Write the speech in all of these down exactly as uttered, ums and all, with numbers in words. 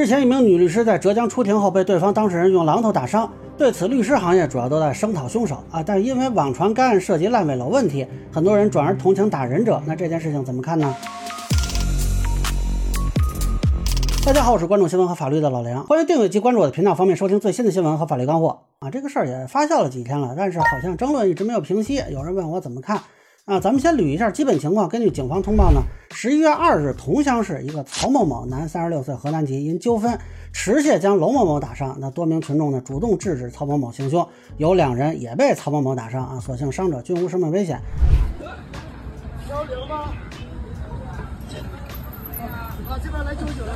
之前一名女律师在浙江出庭后被对方当事人用榔头打伤，对此律师行业主要都在声讨凶手啊，但是因为网传该案涉及烂尾楼问题，很多人转而同情打人者，那这件事情怎么看呢？大家好，我是关注新闻和法律的老梁，欢迎订阅及关注我的频道，方便收听最新的新闻和法律干货啊。这个事儿也发酵了几天了，但是好像争论一直没有平息，有人问我怎么看啊，咱们先捋一下基本情况。根据警方通报呢，十一月二日，桐乡市一个曹某某男，三十六岁，河南籍，因纠纷持械将娄某某打伤。那多名群众呢主动制止曹某某行凶，有两人也被曹某某打伤啊，所幸伤者均无生命危险。 幺零吗？啊，这边来九九了，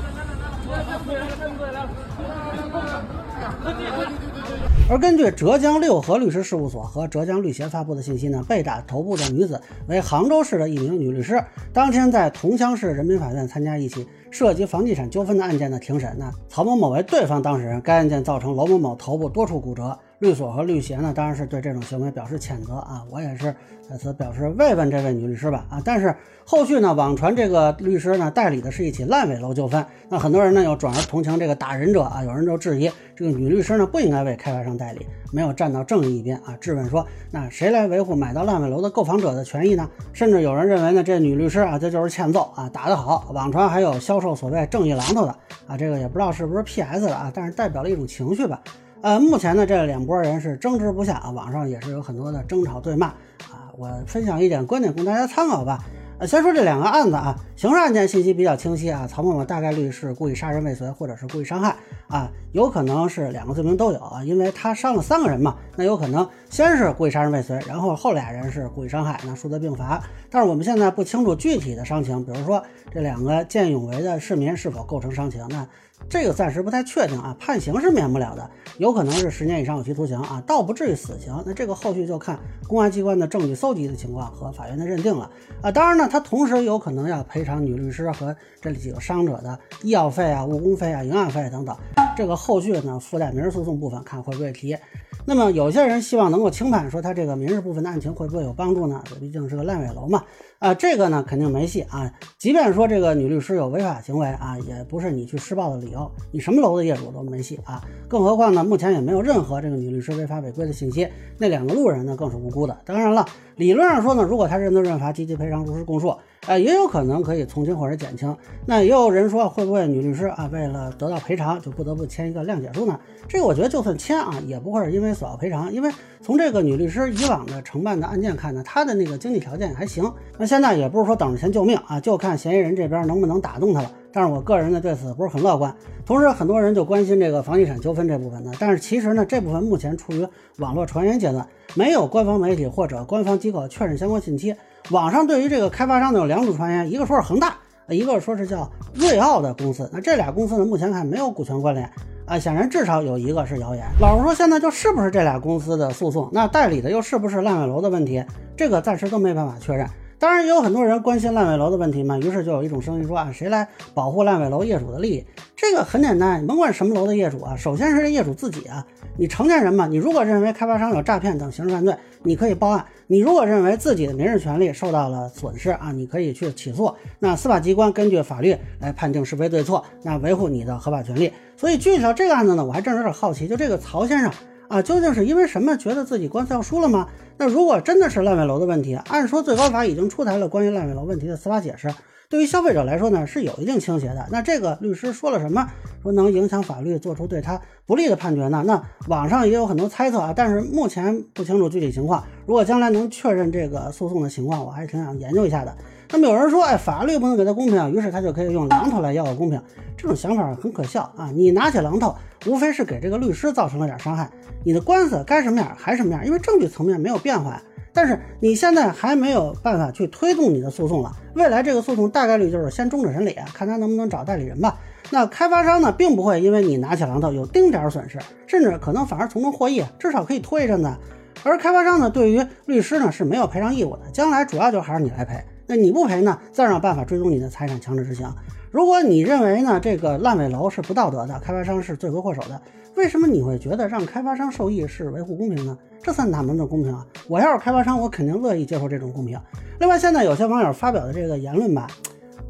而根据浙江六合律师事务所和浙江律协发布的信息呢，被打头部的女子为杭州市的一名女律师，当天在桐乡市人民法院参加一起涉及房地产纠纷的案件的庭审。那曹某某为对方当事人，该案件造成娄某某头部多处骨折。律所和律协呢，当然是对这种行为表示谴责啊，我也是在此表示慰问这位女律师吧啊。但是后续呢，网传这个律师呢代理的是一起烂尾楼纠纷，那很多人呢又转而同情这个打人者啊，有人就质疑这个女律师呢不应该为开发商代理，没有站到正义一边啊，质问说那谁来维护买到烂尾楼的购房者的权益呢？甚至有人认为呢，这女律师啊这就是欠揍啊，打得好。网传还有销售所谓正义榔头的啊，这个也不知道是不是 P S 的啊，但是代表了一种情绪吧。呃，目前呢，这两拨人是争执不下啊，网上也是有很多的争吵对骂啊。我分享一点观点供大家参考吧。呃，先说这两个案子啊，刑事案件信息比较清晰啊，曹某某大概率是故意杀人未遂或者是故意伤害啊，有可能是两个罪名都有啊，因为他伤了三个人嘛，那有可能先是故意杀人未遂，然后后俩人是故意伤害，那数罪并罚。但是我们现在不清楚具体的伤情，比如说这两个见义勇为的市民是否构成伤情，那这个暂时不太确定啊，判刑是免不了的，有可能是十年以上有期徒刑啊，倒不至于死刑。那这个后续就看公安机关的证据搜集的情况和法院的认定了啊。当然呢，他同时有可能要赔偿女律师和这几个伤者的医药费啊、误工费啊、营养费等等。这个后续呢，附带民事诉讼部分看会不会提。那么有些人希望能够轻判，说他这个民事部分的案情会不会有帮助呢？毕竟是个烂尾楼嘛，啊，这个呢肯定没戏啊。即便说这个女律师有违法行为啊，也不是你去施暴的理由，你什么楼的业主都没戏啊。更何况呢，目前也没有任何这个女律师违法违规的信息，那两个路人呢更是无辜的。当然了，理论上说呢，如果他认罪认罚、积极赔偿、如实供述，呃，也有可能可以从轻或者减轻。那也有人说，会不会女律师啊为了得到赔偿，就不得不签一个谅解书呢？这个我觉得就算签啊，也不会是因为索要赔偿，因为从这个女律师以往的承办的案件看呢，她的那个经济条件还行。那现在也不是说等着钱救命啊，就看嫌疑人这边能不能打动她了。但是我个人呢对此不是很乐观。同时很多人就关心这个房地产纠纷这部分呢，但是其实呢这部分目前处于网络传言阶段，没有官方媒体或者官方机构确认相关信息。网上对于这个开发商呢有两种传言，一个说是恒大，一个说是叫瑞奥的公司。那这俩公司呢目前看没有股权关联啊，显然至少有一个是谣言。老实说，现在就是不是这俩公司的诉讼，那代理的又是不是烂尾楼的问题，这个暂时都没办法确认。当然也有很多人关心烂尾楼的问题嘛，于是就有一种声音说啊，谁来保护烂尾楼业主的利益？这个很简单，甭管什么楼的业主啊，首先是这业主自己啊，你成年人嘛，你如果认为开发商有诈骗等刑事犯罪，你可以报案；你如果认为自己的民事权利受到了损失啊，你可以去起诉。那司法机关根据法律来判定是非对错，那维护你的合法权利。所以具体到这个案子呢，我还真有点好奇，就这个曹先生啊，究竟是因为什么觉得自己官司要输了吗？那如果真的是烂尾楼的问题，按说最高法已经出台了关于烂尾楼问题的司法解释，对于消费者来说呢是有一定倾斜的。那这个律师说了什么，说能影响法律做出对他不利的判决呢？那网上也有很多猜测啊，但是目前不清楚具体情况。如果将来能确认这个诉讼的情况，我还挺想研究一下的。那么有人说，哎，法律不能给他公平，于是他就可以用榔头来要个公平。这种想法很可笑啊！你拿起榔头，无非是给这个律师造成了点伤害，你的官司该什么样还什么样，因为证据层面没有变化。但是你现在还没有办法去推动你的诉讼了，未来这个诉讼大概率就是先终止审理，看他能不能找代理人吧。那开发商呢，并不会因为你拿起榔头有丁点损失，甚至可能反而从中获益，至少可以拖一阵子。而开发商呢，对于律师呢是没有赔偿义务的，将来主要就还是你来赔。那你不赔呢，再让办法追踪你的财产，强制执行。如果你认为呢这个烂尾楼是不道德的，开发商是罪魁祸首的，为什么你会觉得让开发商受益是维护公平呢？这算哪门子公平啊？我要是开发商，我肯定乐意接受这种公平。另外，现在有些网友发表的这个言论吧，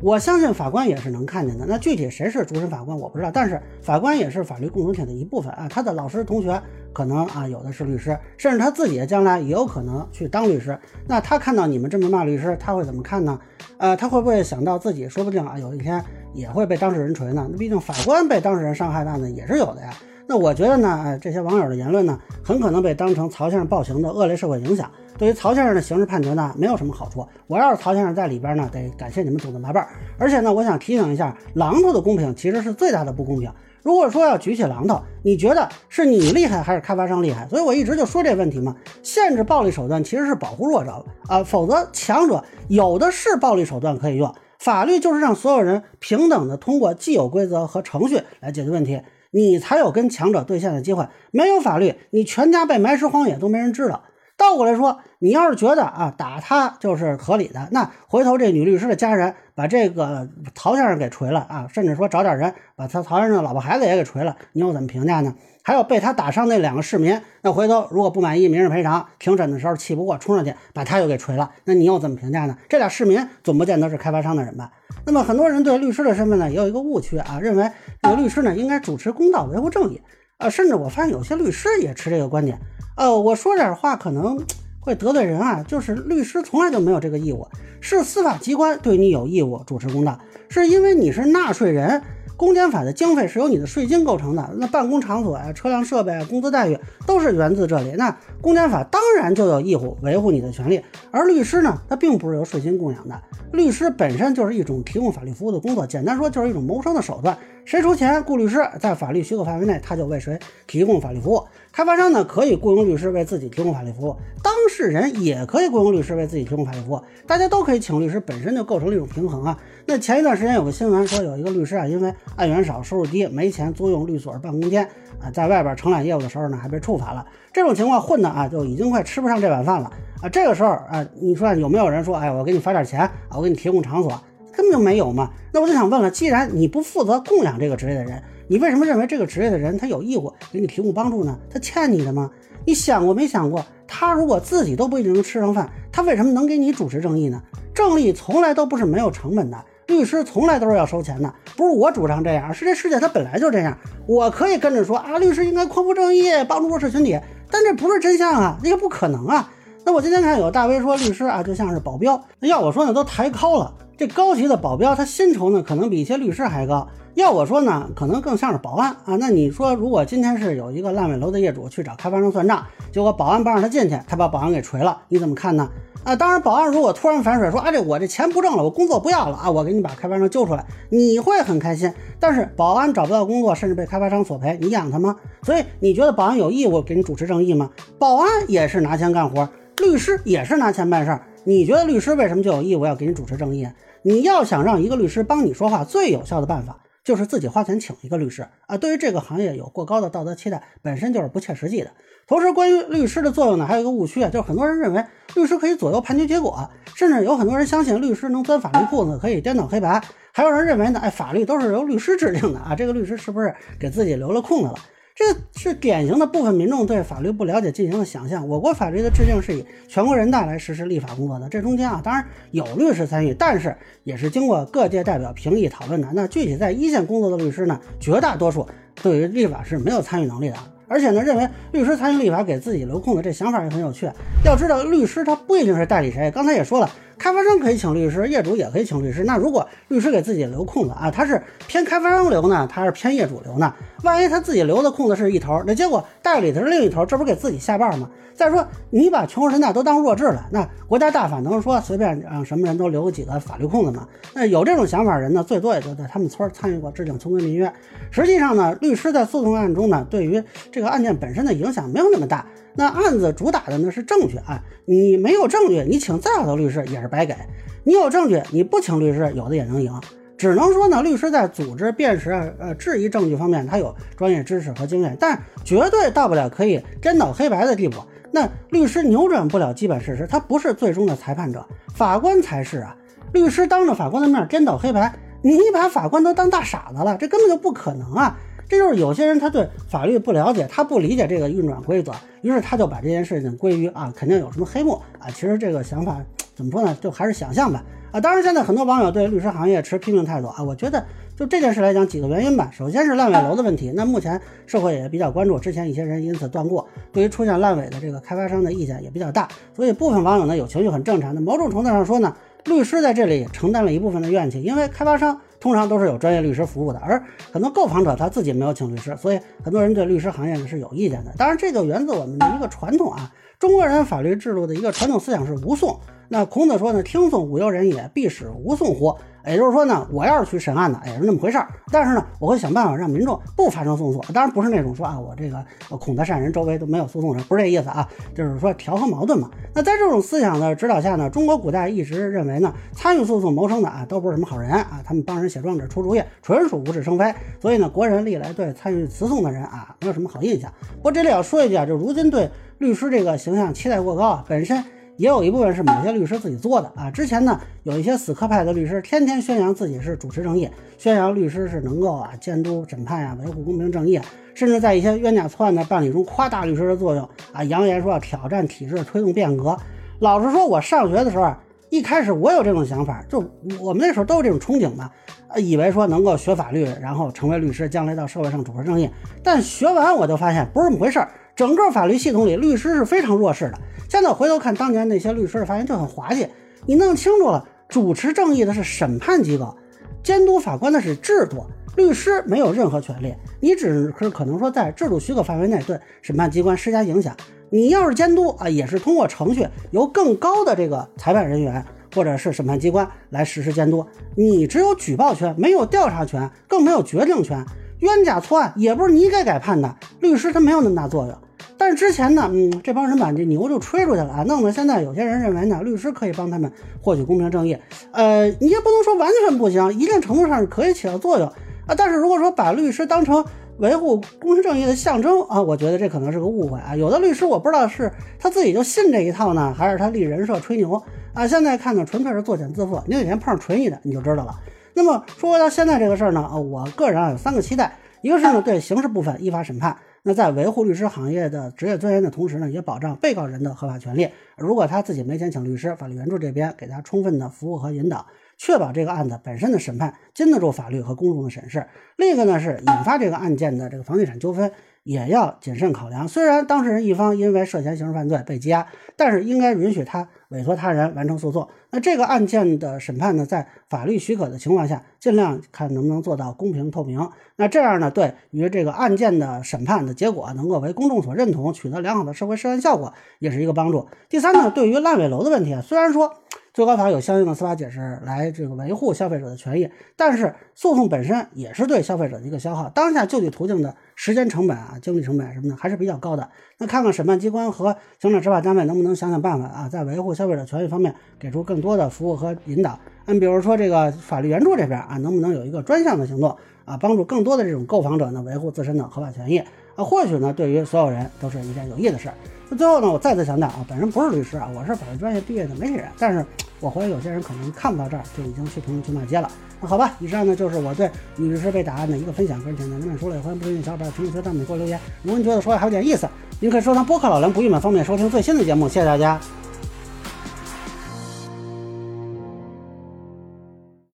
我相信法官也是能看见的。那具体谁是主审法官我不知道，但是法官也是法律共同体的一部分啊。他的老师同学可能啊有的是律师，甚至他自己将来也有可能去当律师。那他看到你们这么骂律师，他会怎么看呢？呃，他会不会想到自己说不定啊有一天也会被当事人锤呢？那毕竟法官被当事人伤害的案子也是有的呀。那我觉得呢，呃，这些网友的言论呢，很可能被当成曹先生暴行的恶劣社会影响，对于曹先生的刑事判决呢，没有什么好处。我要是曹先生在里边呢，得感谢你们祖宗八辈儿。而且呢，我想提醒一下，榔头的公平其实是最大的不公平。如果说要举起榔头，你觉得是你厉害还是开发商厉害？所以我一直就说这问题嘛，限制暴力手段其实是保护弱者啊、呃，否则强者有的是暴力手段可以用。法律就是让所有人平等的通过既有规则和程序来解决问题，你才有跟强者对线的机会。没有法律，你全家被埋尸荒野都没人知道。倒过来说，你要是觉得啊打他就是合理的，那回头这女律师的家人把这个曹先生给锤了啊，甚至说找点人把他曹先生的老婆孩子也给锤了，你又怎么评价呢？还有被他打伤那两个市民，那回头如果不满意民事赔偿，庭审的时候气不过冲上去把他又给锤了，那你又怎么评价呢？这俩市民总不见得是开发商的人吧？那么很多人对律师的身份呢也有一个误区啊，认为这个律师呢应该主持公道，维护正义。呃，甚至我发现有些律师也持这个观点。呃，我说点话可能会得罪人啊，就是律师从来就没有这个义务，是司法机关对你有义务主持公道，是因为你是纳税人。公检法的经费是由你的税金构成的，那办公场所呀、车辆设备啊、工资待遇都是源自这里。那公检法当然就有义务维护你的权利，而律师呢，他并不是由税金供养的。律师本身就是一种提供法律服务的工作，简单说就是一种谋生的手段。谁出钱雇律师，在法律许可范围内，他就为谁提供法律服务。开发商呢可以雇佣律师为自己提供法律服务，当事人也可以雇佣律师为自己提供法律服务，大家都可以请律师，本身就构成了一种平衡啊。那前一段时间有个新闻说，有一个律师啊，因为案源少、收入低，没钱租用律所办公间啊，在外边承揽业务的时候呢，还被处罚了。这种情况混的啊，就已经快吃不上这碗饭了啊。这个时候啊，你说有没有人说，哎，我给你发点钱啊，我给你提供场所？根本就没有嘛。那我就想问了，既然你不负责供养这个职业的人，你为什么认为这个职业的人他有义务给你提供帮助呢？他欠你的吗？你想过没想过，他如果自己都不一定能吃上饭，他为什么能给你主持正义呢？正义从来都不是没有成本的，律师从来都是要收钱的，不是我主张这样，是这世界它本来就这样。我可以跟着说啊，律师应该匡扶正义，帮助弱势群体，但这不是真相啊，这个不可能啊。那我今天看有大 V 说律师啊就像是保镖，那要我说呢都抬高了，这高级的保镖他薪酬呢可能比一些律师还高，要我说呢可能更像是保安啊。那你说如果今天是有一个烂尾楼的业主去找开发商算账，结果保安不让他进去，他把保安给锤了，你怎么看呢？啊，当然保安如果突然反水说啊，这我这钱不挣了，我工作不要了啊，我给你把开发商揪出来，你会很开心。但是保安找不到工作，甚至被开发商索赔，你养他吗？所以你觉得保安有义务给你主持正义吗？保安也是拿钱干活，律师也是拿钱办事儿，你觉得律师为什么就有义务要给你主持正义？你要想让一个律师帮你说话，最有效的办法就是自己花钱请一个律师啊。对于这个行业有过高的道德期待，本身就是不切实际的。同时关于律师的作用呢，还有一个误区啊，就是很多人认为律师可以左右判决结果，甚至有很多人相信律师能钻法律裤子，可以颠倒黑白，还有人认为呢，哎，法律都是由律师制定的啊，这个律师是不是给自己留了空子了？这个是典型的部分民众对法律不了解进行的想象。我国法律的制定是以全国人大来实施立法工作的，这中间啊，当然有律师参与，但是也是经过各界代表评议讨论的。那具体在一线工作的律师呢，绝大多数对于立法是没有参与能力的。而且呢，认为律师参与立法给自己留空子，这想法也很有趣。要知道，律师他不一定是代理谁，刚才也说了，开发商可以请律师，业主也可以请律师。那如果律师给自己留空子啊，他是偏开发商留呢，他是偏业主留呢？万一他自己留的空子是一头，那结果代理的是另一头，这不是给自己下绊吗？再说你把穷人大都当弱智了，那国家大法能说随便让什么人都留几个法律空子吗？那有这种想法的人呢，最多也就在他们村参与过制定村规民约。实际上呢，律师在诉讼案中呢，对于这个案件本身的影响没有那么大。那案子主打的呢是证据啊，你没有证据，你请再好的律师也是白给；你有证据，你不请律师，有的也能赢。只能说呢，律师在组织、辨识、呃质疑证据方面，他有专业知识和经验，但绝对到不了可以颠倒黑白的地步。那律师扭转不了基本事实，他不是最终的裁判者，法官才是啊。律师当着法官的面颠倒黑白，你把法官都当大傻子了，这根本就不可能啊。这就是有些人他对法律不了解，他不理解这个运转规则，于是他就把这件事情归于啊肯定有什么黑幕啊。其实这个想法怎么说呢，就还是想象吧。啊，当然现在很多网友对律师行业持批评态度啊，我觉得就这件事来讲几个原因吧。首先是烂尾楼的问题，那目前社会也比较关注，之前一些人因此断过，对于出现烂尾的这个开发商的意见也比较大，所以部分网友呢有情绪很正常的。某种程度上说呢，律师在这里承担了一部分的怨气，因为开发商通常都是有专业律师服务的，而很多购房者他自己没有请律师，所以很多人对律师行业呢是有意见的。当然这就源自我们的一个传统啊，中国人法律制度的一个传统思想是无讼。那孔子说呢，听讼无由人也，必使无讼乎。也就是说呢，我要是去审案的，也是那么回事儿。但是呢，我会想办法让民众不发生诉讼。当然不是那种说啊，我这个孔德善人周围都没有诉讼人，不是这意思啊，就是说调和矛盾嘛。那在这种思想的指导下呢，中国古代一直认为呢，参与诉讼谋生的啊，都不是什么好人啊，他们帮人写状纸出主意，纯属无事生非。所以呢，国人历来对参与辞讼的人啊，没有什么好印象。不过这里要说一句啊，就如今对律师这个形象期待过高啊，本身也有一部分是某些律师自己做的啊。之前呢，有一些死磕派的律师天天宣扬自己是主持正义，宣扬律师是能够啊监督审判啊，维护公平正义，甚至在一些冤假错案的办理中夸大律师的作用啊，扬言说要挑战体制，推动变革。老实说，我上学的时候啊，一开始我有这种想法，就我们那时候都有这种憧憬嘛，呃，以为说能够学法律，然后成为律师，将来到社会上主持正义。但学完我就发现不是这么回事儿，整个法律系统里律师是非常弱势的。现在回头看当年那些律师，发现就很滑稽。你弄清楚了，主持正义的是审判机构，监督法官的是制度，律师没有任何权利，你只是可能说在制度许可范围内对审判机关施加影响。你要是监督啊，也是通过程序由更高的这个裁判人员或者是审判机关来实施监督，你只有举报权，没有调查权，更没有决定权。冤假错案也不是你该改判的，律师他没有那么大作用。但是之前呢，嗯，这帮人把这牛就吹出去了啊，弄得现在有些人认为呢，律师可以帮他们获取公平正义。呃，你也不能说完全不行，一定程度上是可以起到作用啊。但是如果说把律师当成维护公平正义的象征啊，我觉得这可能是个误会啊。有的律师我不知道是他自己就信这一套呢，还是他立人设吹牛啊。现在看呢，纯粹是作茧自缚。你哪天碰上纯义的，你就知道了。那么说回到现在这个事儿呢，啊，我个人啊有三个期待，一个是呢对刑事部分依法审判。那在维护律师行业的职业尊严的同时呢，也保障被告人的合法权利。如果他自己没钱请律师，法律援助这边给他充分的服务和引导，确保这个案子本身的审判经得住法律和公众的审视。另一个呢是引发这个案件的这个房地产纠纷也要谨慎考量。虽然当事人一方因为涉嫌刑事犯罪被羁押，但是应该允许他委托他人完成诉讼。那这个案件的审判呢，在法律许可的情况下，尽量看能不能做到公平透明。那这样呢，对于这个案件的审判的结果能够为公众所认同，取得良好的社会示范效果，也是一个帮助。第三呢，对于烂尾楼的问题啊，虽然说最高法有相应的司法解释来这个维护消费者的权益，但是诉讼本身也是对消费者的一个消耗，当下救济途径的时间成本啊、精力成本什么的还是比较高的。那看看审判机关和行政执法单位能不能想想办法啊，在维护消费者权益方面给出更多的服务和引导。嗯，比如说这个法律援助这边啊，能不能有一个专项的行动啊，帮助更多的这种购房者呢维护自身的合法权益啊，或许呢对于所有人都是一件有益的事儿。那最后呢，我再次强调啊，本人不是律师啊，我是法律专业毕业的媒体人，但是我怀疑有些人可能看不到这儿就已经去评论区骂街了。那好吧，以上呢就是我对女律师被打案的一个分享，个人简单的说了，也欢迎不同意小伙伴评论区弹幕给我留言。如果您觉得说的还有点意思，您可以收藏播客老梁不郁闷方面收听最新的节目，谢谢大家。